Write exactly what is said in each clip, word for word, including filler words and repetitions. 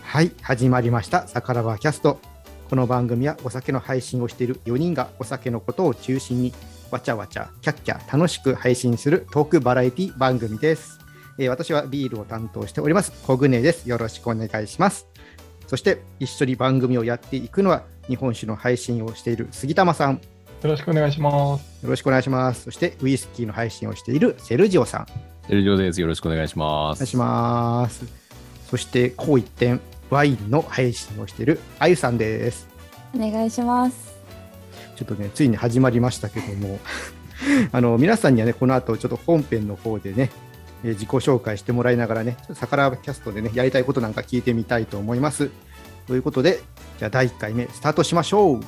はい、始まりましたさからばキャスト。この番組はお酒の配信をしているよにんがお酒のことを中心にわちゃわちゃキャッキャ楽しく配信するトークバラエティ番組です。えー、私はビールを担当しておりますコグネです。よろしくお願いします。そして一緒に番組をやっていくのは日本酒の配信をしている杉玉さん。よろしくお願いします。 よろしくお願いします。そしてウイスキーの配信をしているセルジオさん。 セルジオです。よろしくお願いします。 お願いします。そしてこう一点ワインの配信をしているあゆさんです。 お願いします。 ちょっとねついに始まりましたけどもあの皆さんにはねこの後ちょっと本編の方でね、えー、自己紹介してもらいながらねさからばキャストでねやりたいことなんか聞いてみたいと思います。ということでじゃあだいいっかいめスタートしましょう。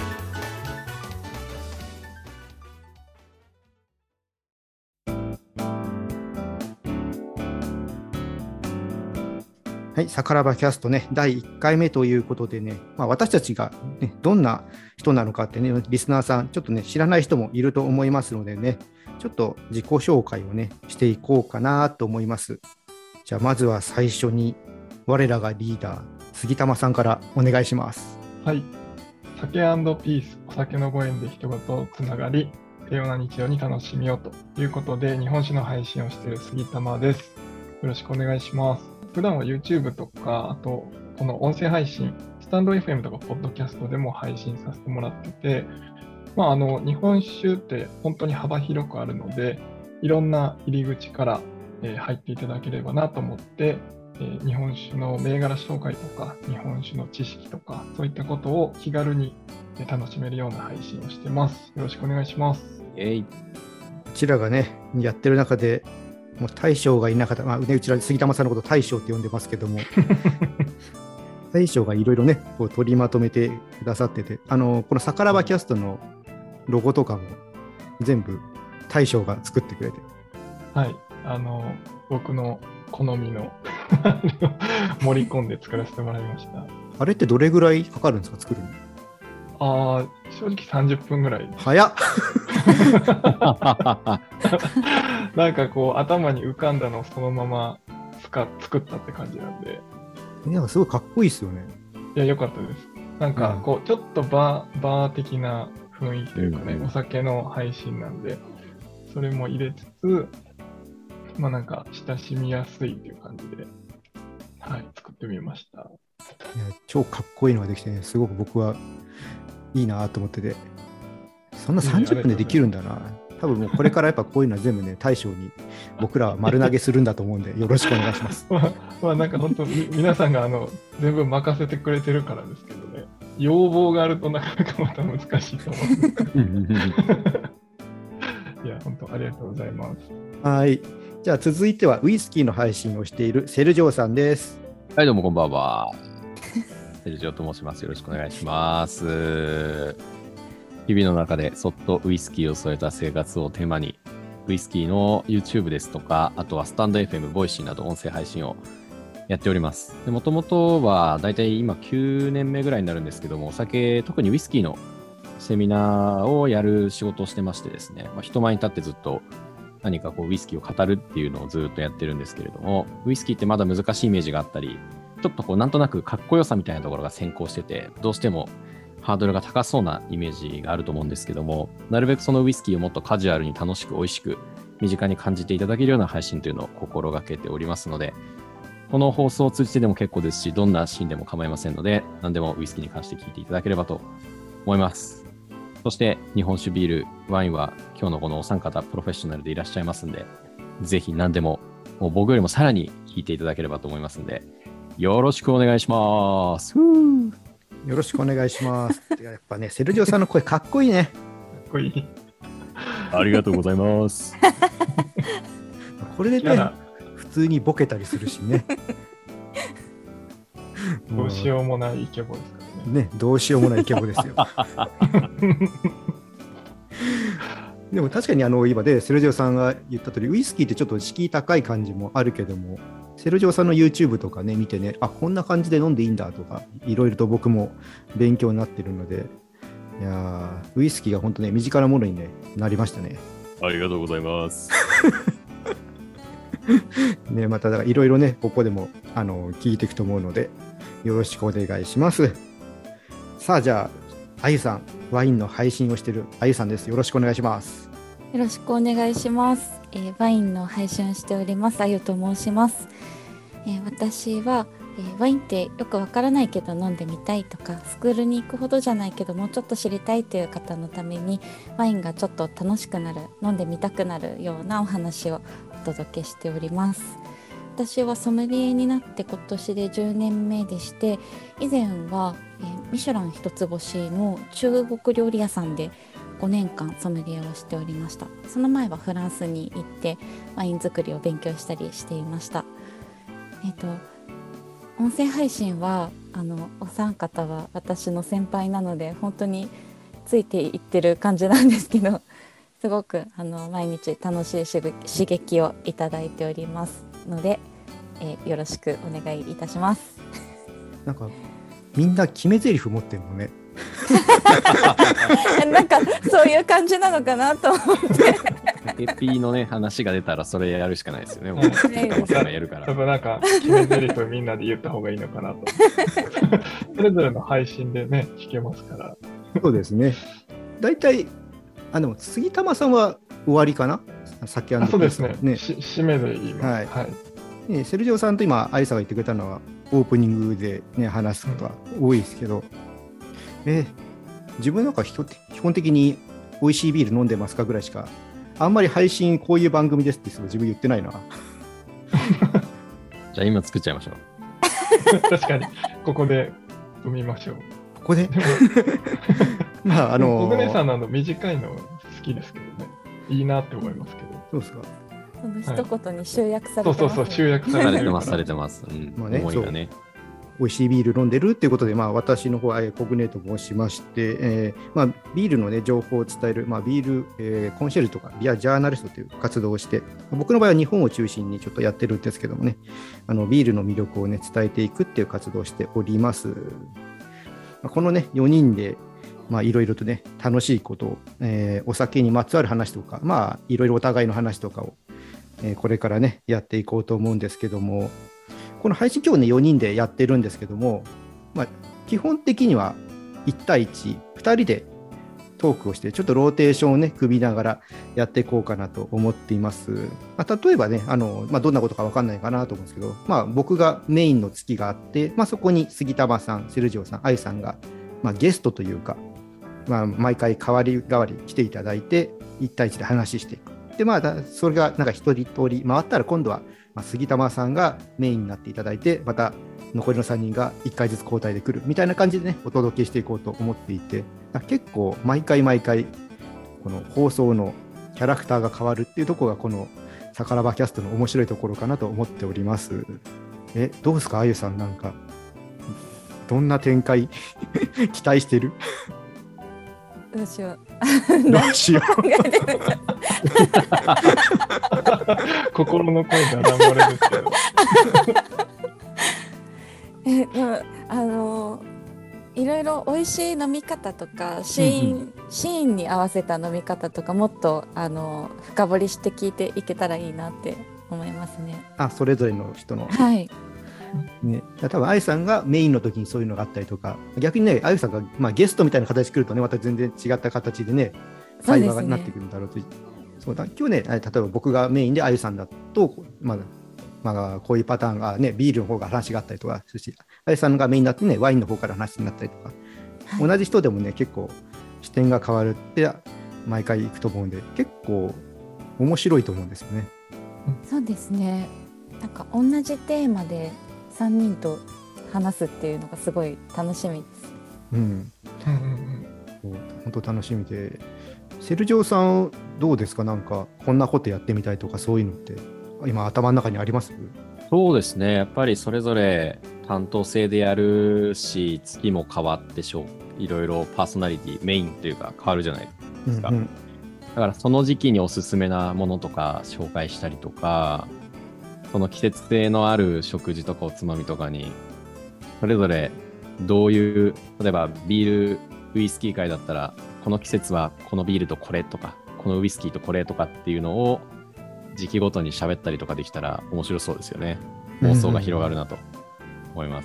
はい、さからばキャストねだいいっかいめということでね、まあ、私たちが、ね、どんな人なのかってねリスナーさんちょっとね知らない人もいると思いますのでねちょっと自己紹介をねしていこうかなと思います。じゃあまずは最初に我らがリーダー杉玉さんからお願いします。 はい、酒&ピースお酒のご縁で人とつながり平和な日常に楽しみをということで日本酒の配信をしている杉玉です。よろしくお願いします。普段は YouTube とか、あとこの音声配信、スタンド エフエム とかポッドキャストでも配信させてもらってて、まあ、あの日本酒って本当に幅広くあるので、いろんな入り口から、えー、入っていただければなと思って、えー、日本酒の銘柄紹介とか、日本酒の知識とか、そういったことを気軽に楽しめるような配信をしてます。よろしくお願いします。 えい。 こちらがね、やってる中で、もう大将がいなかった、まあね、うちら杉玉さんのこと大将って呼んでますけども大将がいろいろねこう取りまとめてくださってて、あのこのさからばキャストのロゴとかも全部大将が作ってくれて、 はい、あの僕の好みの盛り込んで作らせてもらいました。 あれってどれぐらいかかるんですか作るの？ ああ、正直さんじゅっぷんぐらい。 早っなんかこう頭に浮かんだのをそのまま使作ったって感じなんで。 いやすごいかっこいいですよね。 いや良かったです。なんかこうちょっとバーバー的な雰囲気というかね、うん、お酒の配信なんでそれも入れつつ、まあなんか親しみやすいという感じで、はい、作ってみました。いや超かっこいいのができてね、すごく僕はいいなと思ってて、そんなさんじゅっぷんでできるんだな。多分もうこれからやっぱこういうのは全部ね大将に僕らは丸投げするんだと思うんでよろしくお願いします。 まあ、まあなんか本当皆さんがあの全部任せてくれてるからですけどね、要望があるとなかなかまた難しいと思うんですいや本当ありがとうございます。 はい、じゃあ続いてはウイスキーの配信をしているセルジョーさんです。 はい、どうもこんばんは。セルジョーと申します。よろしくお願いします。日々の中でそっとウイスキーを添えた生活をテーマにウイスキーの YouTube ですとか、あとはスタンド エフエム、ボイシーなど音声配信をやっております。もともとはだいたい今きゅうねんめぐらいになるんですけども、お酒、特にウイスキーのセミナーをやる仕事をしてましてですね、まあ、人前に立ってずっと何かこうウイスキーを語るっていうのをずっとやってるんですけれども、ウイスキーってまだ難しいイメージがあったり、ちょっとこうなんとなくかっこよさみたいなところが先行してて、どうしてもハードルが高そうなイメージがあると思うんですけども、なるべくそのウイスキーをもっとカジュアルに楽しく美味しく身近に感じていただけるような配信というのを心がけておりますので、この放送を通じてでも結構ですし、どんなシーンでも構いませんので、何でもウイスキーに関して聞いていただければと思います。そして日本酒、ビール、ワインは今日のこのお三方プロフェッショナルでいらっしゃいますんで、ぜひ何でも、もう僕よりもさらに聞いていただければと思いますんで、よろしくお願いします。 よろしくお願いします。やっぱね、セルジオさんの声かっこいいね。 かっこいい。 ありがとうございます。 これでね、普通にボケたりするしね。 どうしようもないイケボですからね。ね、どうしようもないイケボですよ。でも確かにあの今でセルジオさんが言った通り、ウイスキーってちょっと敷居高い感じもあるけども、セルジオさんの YouTube とかね見てね、あこんな感じで飲んでいいんだとかいろいろと僕も勉強になってるので、いやウイスキーが本当ね身近なものに、ね、なりましたね。 ありがとうございます。 ね、またいろいろねここでもあの聞いていくと思うので、 よろしくお願いします。さあじゃああゆさん、ワインの配信をしているあゆさんです。よろしくお願いします。 よろしくお願いします。えーワインの配信をしておりますあゆと申します。えー私は、えーワインってよくわからないけど飲んでみたいとか、スクールに行くほどじゃないけどもうちょっと知りたいという方のために、ワインがちょっと楽しくなる、飲んでみたくなるようなお話をお届けしております。私はソムリエになって今年でじゅうねんめでして、以前は、えーミシュラン一つ星の中国料理屋さんでごねんかんソムリエをしておりました。その前はフランスに行ってワイン作りを勉強したりしていました。えっ、と音声配信はあのお三方は私の先輩なので本当についていってる感じなんですけど、すごくあの毎日楽しい刺激刺激をいただいておりますので、えーよろしくお願いいたします。 なんかみんな決め台詞持ってるのね。 なんかそういう感じなのかなと思ってエピのね、話が出たらそれやるしかないですよね。もう、 ね高さんがやるから多。分なんか決め台詞をみんなで言った方がいいのかなと。それぞれの配信でね、聞けますから。 そうですね。だいたいあでも杉玉さんは終わりかな。先あ、そうですね。 ねし締めで言います。 はいはい。 ね、セルジオさんと今アイサが言ってくれたのはオープニングで、ね、話すことは多いですけど、え自分なんか基本的に美味しいビール飲んでますかぐらいしか、あんまり配信こういう番組ですって自分言ってないな。 じゃあ今作っちゃいましょう。 確かに、ここで読みましょう。 ここでまああの小舟さんのあの短いの好きですけどね。いいなって思いますけど。 そうですか。 その一言に集約されてますね。 そうそうそう、集約さされてるれてます、されてます。うん。 まあね思いがね。 美味しいビール飲んでるっていうことで、まあ、私の方はコグネと申しまして、えーまあ、ビールの、ね、情報を伝える、まあ、ビール、えーコンシェルジュとかビアジャーナリストという活動をして、僕の場合は日本を中心にちょっとやってるんですけどもね、あのビールの魅力を、ね、伝えていくっていう活動をしております。この、ね、よにんでいろいろとね楽しいことを、えーお酒にまつわる話とか、まあいろいろお互いの話とかを、えーこれからねやっていこうと思うんですけども、この配信今日ねよにんでやってるんですけども、まあ、基本的にはいち対いち、ふたりでトークをしてちょっとローテーションをね組みながらやっていこうかなと思っています。まあ、例えばねあの、まあ、どんなことか分かんないかなと思うんですけど、まあ、僕がメインの月があって、まあ、そこに杉玉さん、セルジオさん、アイさんが、まあ、ゲストというか、まあ、毎回代わり代わり来ていただいていち対いちで話していく。でまあそれがなんか一人通り回ったら今度はまあ杉玉さんがメインになっていただいて、また残りのさんにんがいっかいずつ交代で来るみたいな感じでねお届けしていこうと思っていて、結構毎回毎回この放送のキャラクターが変わるっていうところがこのサカラバキャストの面白いところかなと思っております。えどうですかあゆさん、なんかどんな展開期待してる？ どうしよう。 どうしよう。 考えてる心の声がだ漏れですけど。 えでもあのいろいろ美味しい飲み方とかシーン、 うんシーンに合わせた飲み方とかもっとあの深掘りして聞いていけたらいいなって思いますね。 あそれぞれの人のはいね、多分あゆさんがメインの時にそういうのがあったりとか、逆にねあゆさんが、まあ、ゲストみたいな形で来るとねまた全然違った形でね会話になってくるんだろうと。そうだ今日ね例えば僕がメインであゆさんだと、まあまあ、こういうパターンがねビールの方が話があったりとかするし、あゆさんがメインになってねワインの方から話になったりとか、 はい、 同じ人でもね結構視点が変わるって毎回行くと思うんで結構面白いと思うんですよね。 そうですね。なんか同じテーマでさんにんと話すっていうのがすごい楽しみです。 うん、 うんうんそう本当楽しみで、セルジオさんどうですか？なんかこんなことやってみたいとかそういうのって今頭の中にあります？ そうですね。やっぱりそれぞれ担当制でやるし、月も変わってしょう。いろいろパーソナリティ、メインというか変わるじゃないですか。 うんうん、 だからその時期におすすめなものとか紹介したりとか、その季節性のある食事とかおつまみとかに、それぞれどういう、例えばビール、ウイスキー会だったら、この季節はこのビールとこれとか、このウイスキーとこれとかっていうのを時期ごとに喋ったりとかできたら面白そうですよね。妄想が広がるなと思います。 う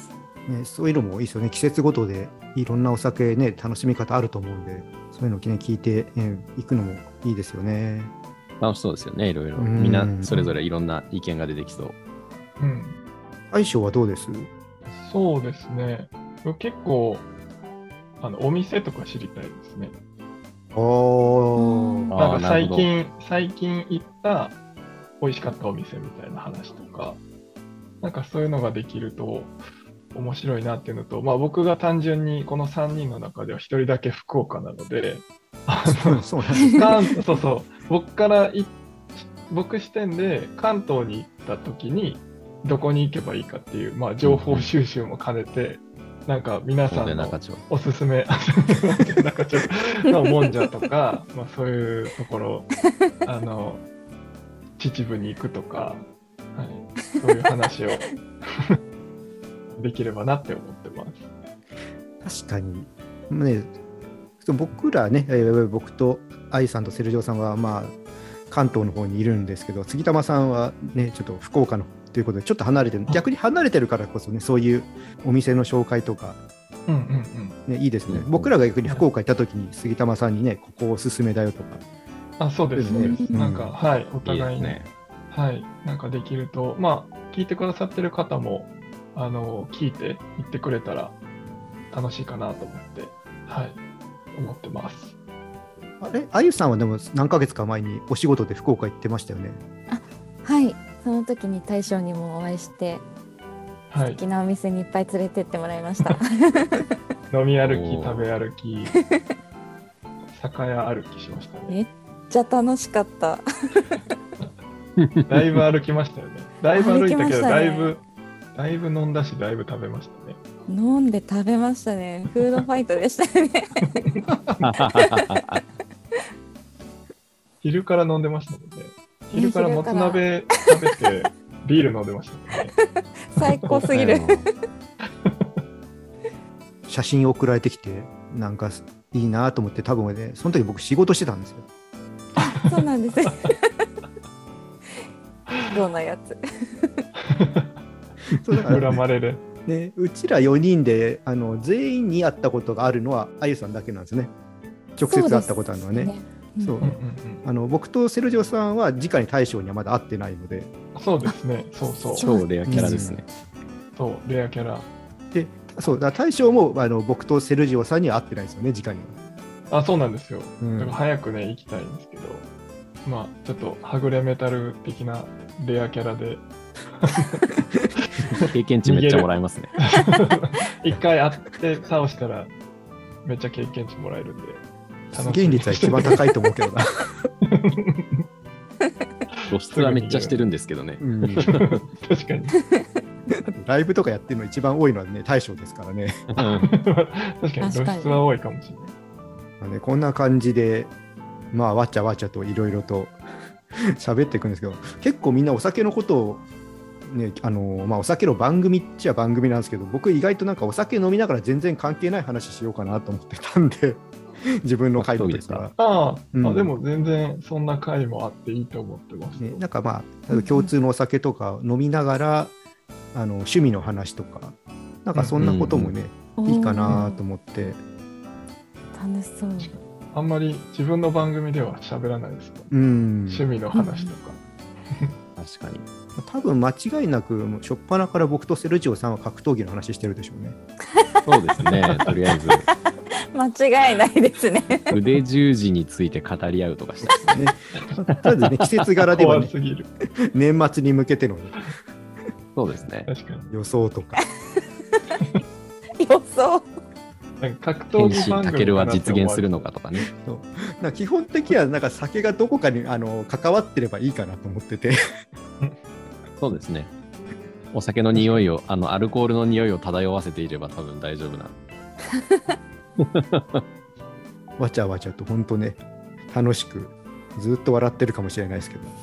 ね、そういうのもいいですよね。季節ごとでいろんなお酒ね、楽しみ方あると思うんで、そういうのを、ね、聞いて、ね、行くのもいいですよね。 楽しそうですよね、いろいろ。 うんみんなそれぞれいろんな意見が出てきそう。 うん。 相性はどうです？ そうですね。結構、あのお店とか知りたいですね。 おー。 なんか最あーな近、最近行った美味しかったお店みたいな話とか、なんかそういうのができると面白いなっていうのと、まあ僕が単純にこのさんにんの中ではひとりだけ福岡なので、あのそうなんですね。 関そうそう、僕からい僕視点で関東に行った時にどこに行けばいいかっていう、まあ情報収集も兼ねて、なんか皆さんの中町おすすめ、中町のもんじゃとか、まあそういうところ、あの、秩父に行くとか、はい、そういう話をできればなって思ってます。 確かに。ね、僕らね、えー僕と愛さんとセルジオさんは、まあ、関東の方にいるんですけど、杉玉さんはね、ちょっと福岡のということで、ちょっと離れてる、逆に離れてるからこそね、そういうお店の紹介とか、 うんうんうん。 ね、いいですね。 うん僕らが逆に福岡行った時に、杉玉さんにね、ここおすすめだよとか。 あ、そうです、そうです。 うんなんか、はい、おいいで互いに、 すね。 はい、なんかできると、まあ、聞いてくださってる方も、あの、聞いて言ってくれたら楽しいかなと思って、はい、思ってます。 あれ、あゆさんはでも何ヶ月か前にお仕事で福岡行ってましたよね。 はいその時に大将にもお会いしてはい素敵なお店にいっぱい連れてってもらいました飲み歩き、 おー食べ歩き、酒屋歩きしましたね。 めっちゃ楽しかっただいぶ歩きましたよね。だいぶ歩いたけど、 歩きましたねだいぶ、だいぶ飲んだし、だいぶ食べましたね。 飲んで食べましたねフードファイトでしたよね昼から飲んでましたもんね。昼からもつ鍋食べて、ビール飲んでましたもんね。 最高すぎる写真送られてきて、なんかいいなと思って、多分ね、その時僕仕事してたんですよ。 そうなんですどんなやつそうだから恨まれる。 ね、うちらよにんであの全員に会ったことがあるのはあゆさんだけなんですね。直接会ったことあるのはね。そううんうんあの僕とセルジオさんは直に大将にはまだ会ってないので、 うん、そうですね。そうそう。 超レアキャラですね。 そう、レアキャラ。 でそうだから大将もあの僕とセルジオさんには会ってないですよね、直には。 あ、そうなんですよ。 うんだから早くね、行きたいんですけど、まあ、ちょっとはぐれメタル的なレアキャラで、 経験値めっちゃもらえますね。 一回会って倒したら、めっちゃ経験値もらえるんで、楽しみ現率は一番高いと思うけどな。 露出はめっちゃしてるんですけどね。 うん確かに。 ライブとかやってるの一番多いのはね、大将ですからね。 うん確かに露確かに出は多いかもしれない。 まあね、こんな感じで、まあ、わちゃわちゃといろいろと喋っていくんですけど、結構みんなお酒のことを、ね、あのまあ、お酒の番組っちゃ番組なんですけど、僕意外となんかお酒飲みながら全然関係ない話しようかなと思ってたんで、自分の回の時は。 ああ、 うんあ、でも全然そんな回もあっていいと思ってます。 ね、なんかまあ、例えば共通のお酒とか飲みながら、あの趣味の話とか、なんかそんなこともね、いいかなと思って。 楽しそうあんまり自分の番組では喋らないですもん。 うん、 趣味の話とか。 確かに。 多分間違いなく、もう初っ端から僕とセルジオさんは格闘技の話してるでしょうね。 そうですね。とりあえず、 間違いないですね腕十字について語り合うとかしてますね。 ね、ただね、季節柄では、ね、 怖すぎる。 年末に向けての、ね、 そうですね。 確かに。 予想とか。 予想なんか格闘天技番組心たけるはかなって思われて実現するのかとかね。 そうなんか基本的にはなんか酒がどこかにあの関わってればいいかなと思ってて。 そうですね。お酒の匂いを、あの、アルコールの匂いを漂わせていれば多分大丈夫な。 わちゃわちゃと本当ね、楽しくずっと笑ってるかもしれないですけど。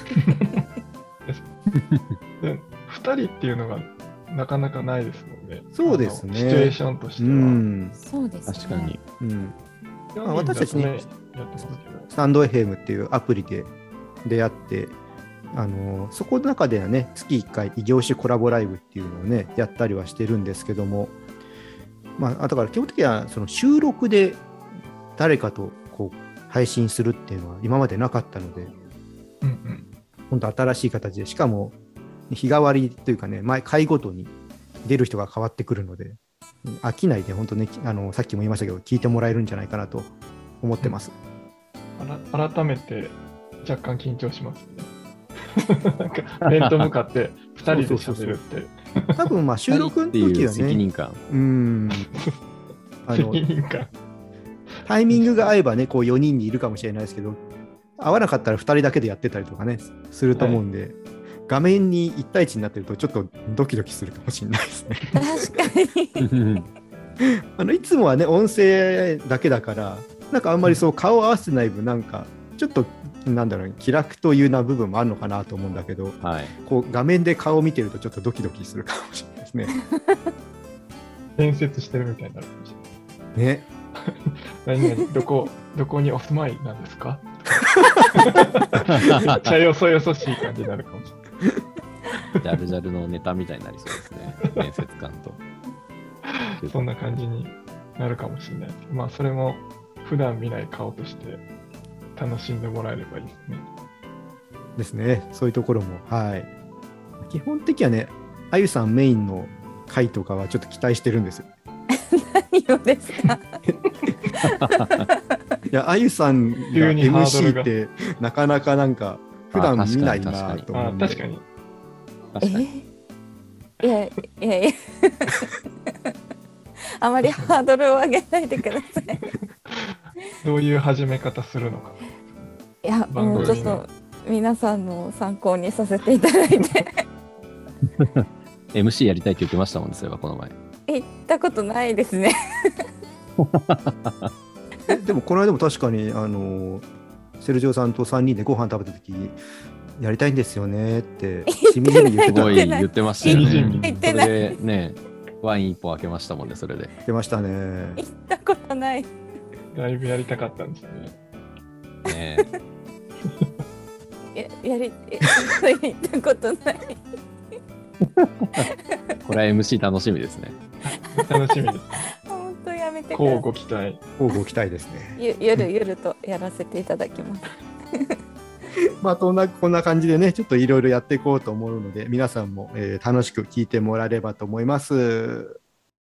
でふたりっていうのがなかなかないですもんね。 そうですねあのシチュエーションとしてうは。 ん。 そうですね確かに。 うん。 よにんまあ私たちねだとやってますけどスタンドエフエムっていうアプリで出会って、 あのそこの中ではね、月いっかい異業種コラボライブっていうのをねやったりはしてるんですけども、まあだから基本的にはその収録で誰かとこう配信するっていうのは今までなかったので、 うんうん、 本当新しい形で、しかも日替わりというかね、毎回ごとに出る人が変わってくるので、飽きないで本当ね、あのさっきも言いましたけど聞いてもらえるんじゃないかなと思ってます。 あら改めて若干緊張しますね。なんか面と向かってふたりで喋るって。 多分まあ収録の時はね、 責任感。 うーんあの責任感。 タイミングが合えばね、こうよにんにいるかもしれないですけど、合わなかったらふたりだけでやってたりとかね、すると思うんで、はい、画面にいち対いちになってるとちょっとドキドキするかもしれないですね。 確かにあのいつもはね、音声だけだから、なんかあんまりそう顔を合わせてない分、なんかちょっとなんだろう、気楽というな部分もあるのかなと思うんだけど、はい、こう画面で顔を見てるとちょっとドキドキするかもしれないですね。 伝説してるみたいになるかもしれない。ね。何々どこどこにお住まいなんですか？めっちゃよそよそしい感じになるかもしれない。ジャルジャルのネタみたいになりそうですね。伝説感と。 そんな感じになるかもしれない。まあそれも普段見ない顔として楽しんでもらえればいいですね。 ですね。そういうところも、はい。基本的にはね、あゆさんメインの回とかはちょっと期待してるんですよ。 何をですか？ いや、あゆさんが エムシー ってなかなかなんか普段見ないなと思うんで。 確かに。 確かに。 えいやいやいやあまりハードルを上げないでください。 どういう始め方するのか。 いや、もうちょっと皆さんの参考にさせていただいて。 エムシー やりたいって言ってましたもんね、それはこの前。 行ったことないですね。 えでもこの間も確かにあのセルジオさんとさんにんでご飯食べた時やりたいんですよねってしみじみ言ってた。 すごい言ってましたよね。 言ってない。 それでね、ワイン一本開けましたもんね、それで。 出ましたね。 行ったことない。 だいぶやりたかったんですね。 ねえ。や、やり、行ったことない。 これは エムシー 楽しみですね。 楽しみです。 本当やめてください。 乞うご期待。 乞うご期待ですね。 ゆ、ゆるゆるとやらせていただきます。 まあこんなこんな感じでね、ちょっといろいろやっていこうと思うので、皆さんも、えー、楽しく聞いてもらえればと思います。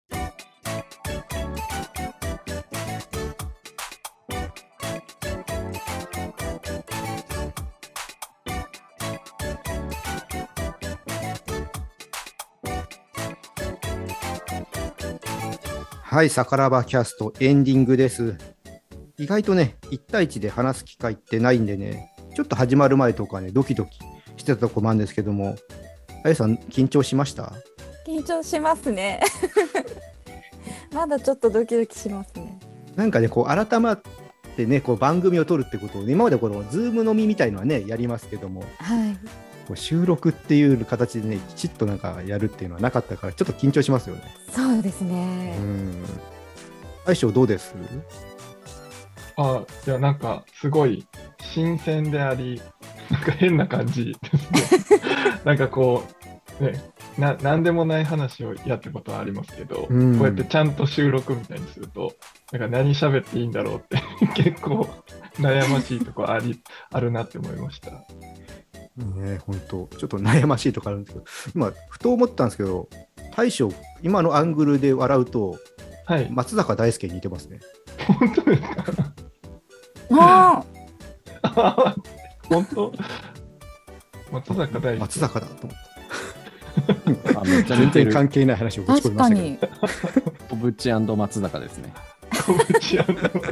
はい、さからばキャストエンディングです。意外とね、いち対いちで話す機会ってないんでね、ちょっと始まる前とかね、ドキドキしてたとこもあるんですけども、あゆさん、緊張しました？ 緊張しますね。まだちょっとドキドキしますね。 なんかね、こう改まってね、こう番組を撮るってことを、今までこのズーム飲みみたいのはね、やりますけども、 はい、 こう収録っていう形でね、きちっとなんかやるっていうのはなかったから、ちょっと緊張しますよね。 そうですね。 うん。相性どうです？ あ、いや、なんかすごい新鮮であり、なんか変な感じですね。なんかこう、ね、な、なんでもない話をやってことはありますけど、うん、こうやってちゃんと収録みたいにすると、なんか何喋っていいんだろうって結構悩ましいところあり、あるなって思いました。 ね、本当ちょっと悩ましいところあるんですけど、今、ふと思ったんですけど、大将、今のアングルで笑うと、はい、松坂大輔に似てますね。 本当ですか？ ああ本当松坂大輔。 松坂だと思った。あめっちゃ全然関係ない話をぶち込みましたけど。 小渕&松坂ですね。 小渕&松坂。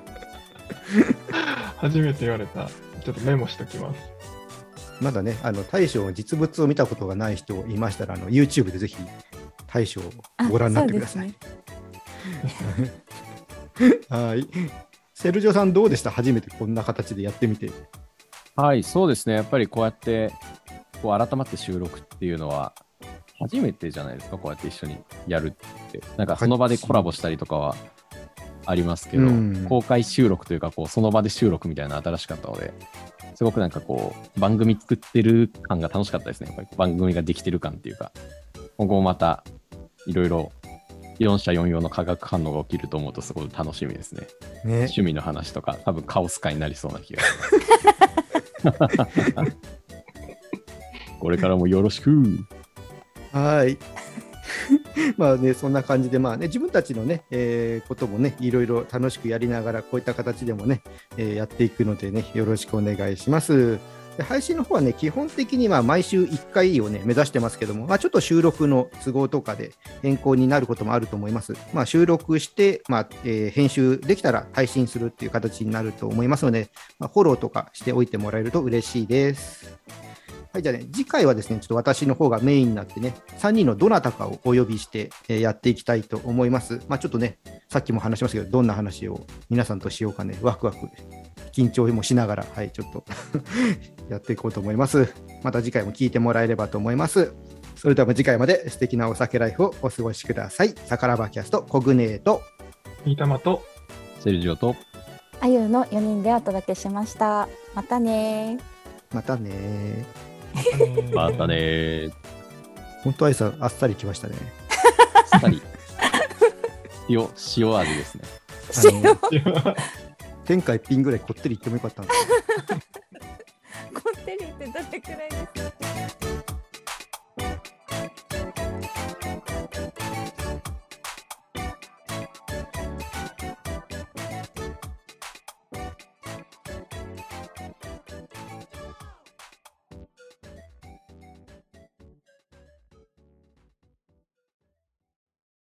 初めて言われた。ちょっとメモしときます。 まだね、あの大将の実物を見たことがない人いましたら、あの YouTube でぜひ大将をご覧になってください。はい。セルジオさんどうでした？初めてこんな形でやってみて。 はい、そうですね。やっぱりこうやってこう改まって収録っていうのは初めてじゃないですか。こうやって一緒にやるって。なんかその場でコラボしたりとかはありますけど、うん、公開収録というかこうその場で収録みたいな新しかったので、 すごくなんかこう、番組作ってる感が楽しかったですね。やっぱり番組ができてる感っていうか、今後もまたいろいろよん社よん用の化学反応が起きると思うとすごい楽しみですね。 ね、 趣味の話とか、多分カオス化になりそうな気がします。これからもよろしく。 はい。まあね、そんな感じで、まあね、自分たちのね、えーこともね、いろいろ楽しくやりながら、こういった形でもね、えーやっていくのでね、よろしくお願いします。で配信の方はね、基本的にまあ毎週いっかいをね、目指してますけども、まあ、ちょっと収録の都合とかで変更になることもあると思います。まあ、収録して、まあえー編集できたら配信するっていう形になると思いますので、まあ、フォローとかしておいてもらえると嬉しいです。はい、じゃあね、次回はですね、ちょっと私の方がメインになってね、さんにんのどなたかをお呼びして、えーやっていきたいと思います。まあ、ちょっとね、さっきも話しましたけど、どんな話を皆さんとしようかね、ワクワク、緊張もしながら、はい、ちょっとやっていこうと思います。また次回も聞いてもらえればと思います。それでは次回まで素敵なお酒ライフをお過ごしください。さからばキャスト、コグネーと、 いいたまと、 セルジオと、 あゆのよにんでお届けしました。またねー。 またね。 またねー。 本当、あいさん、あっさりきましたね。 あっさり。塩、塩味ですね。 あの天下一品ぐらいこってりいってもよかったんです。 こってりってどれくらいですか？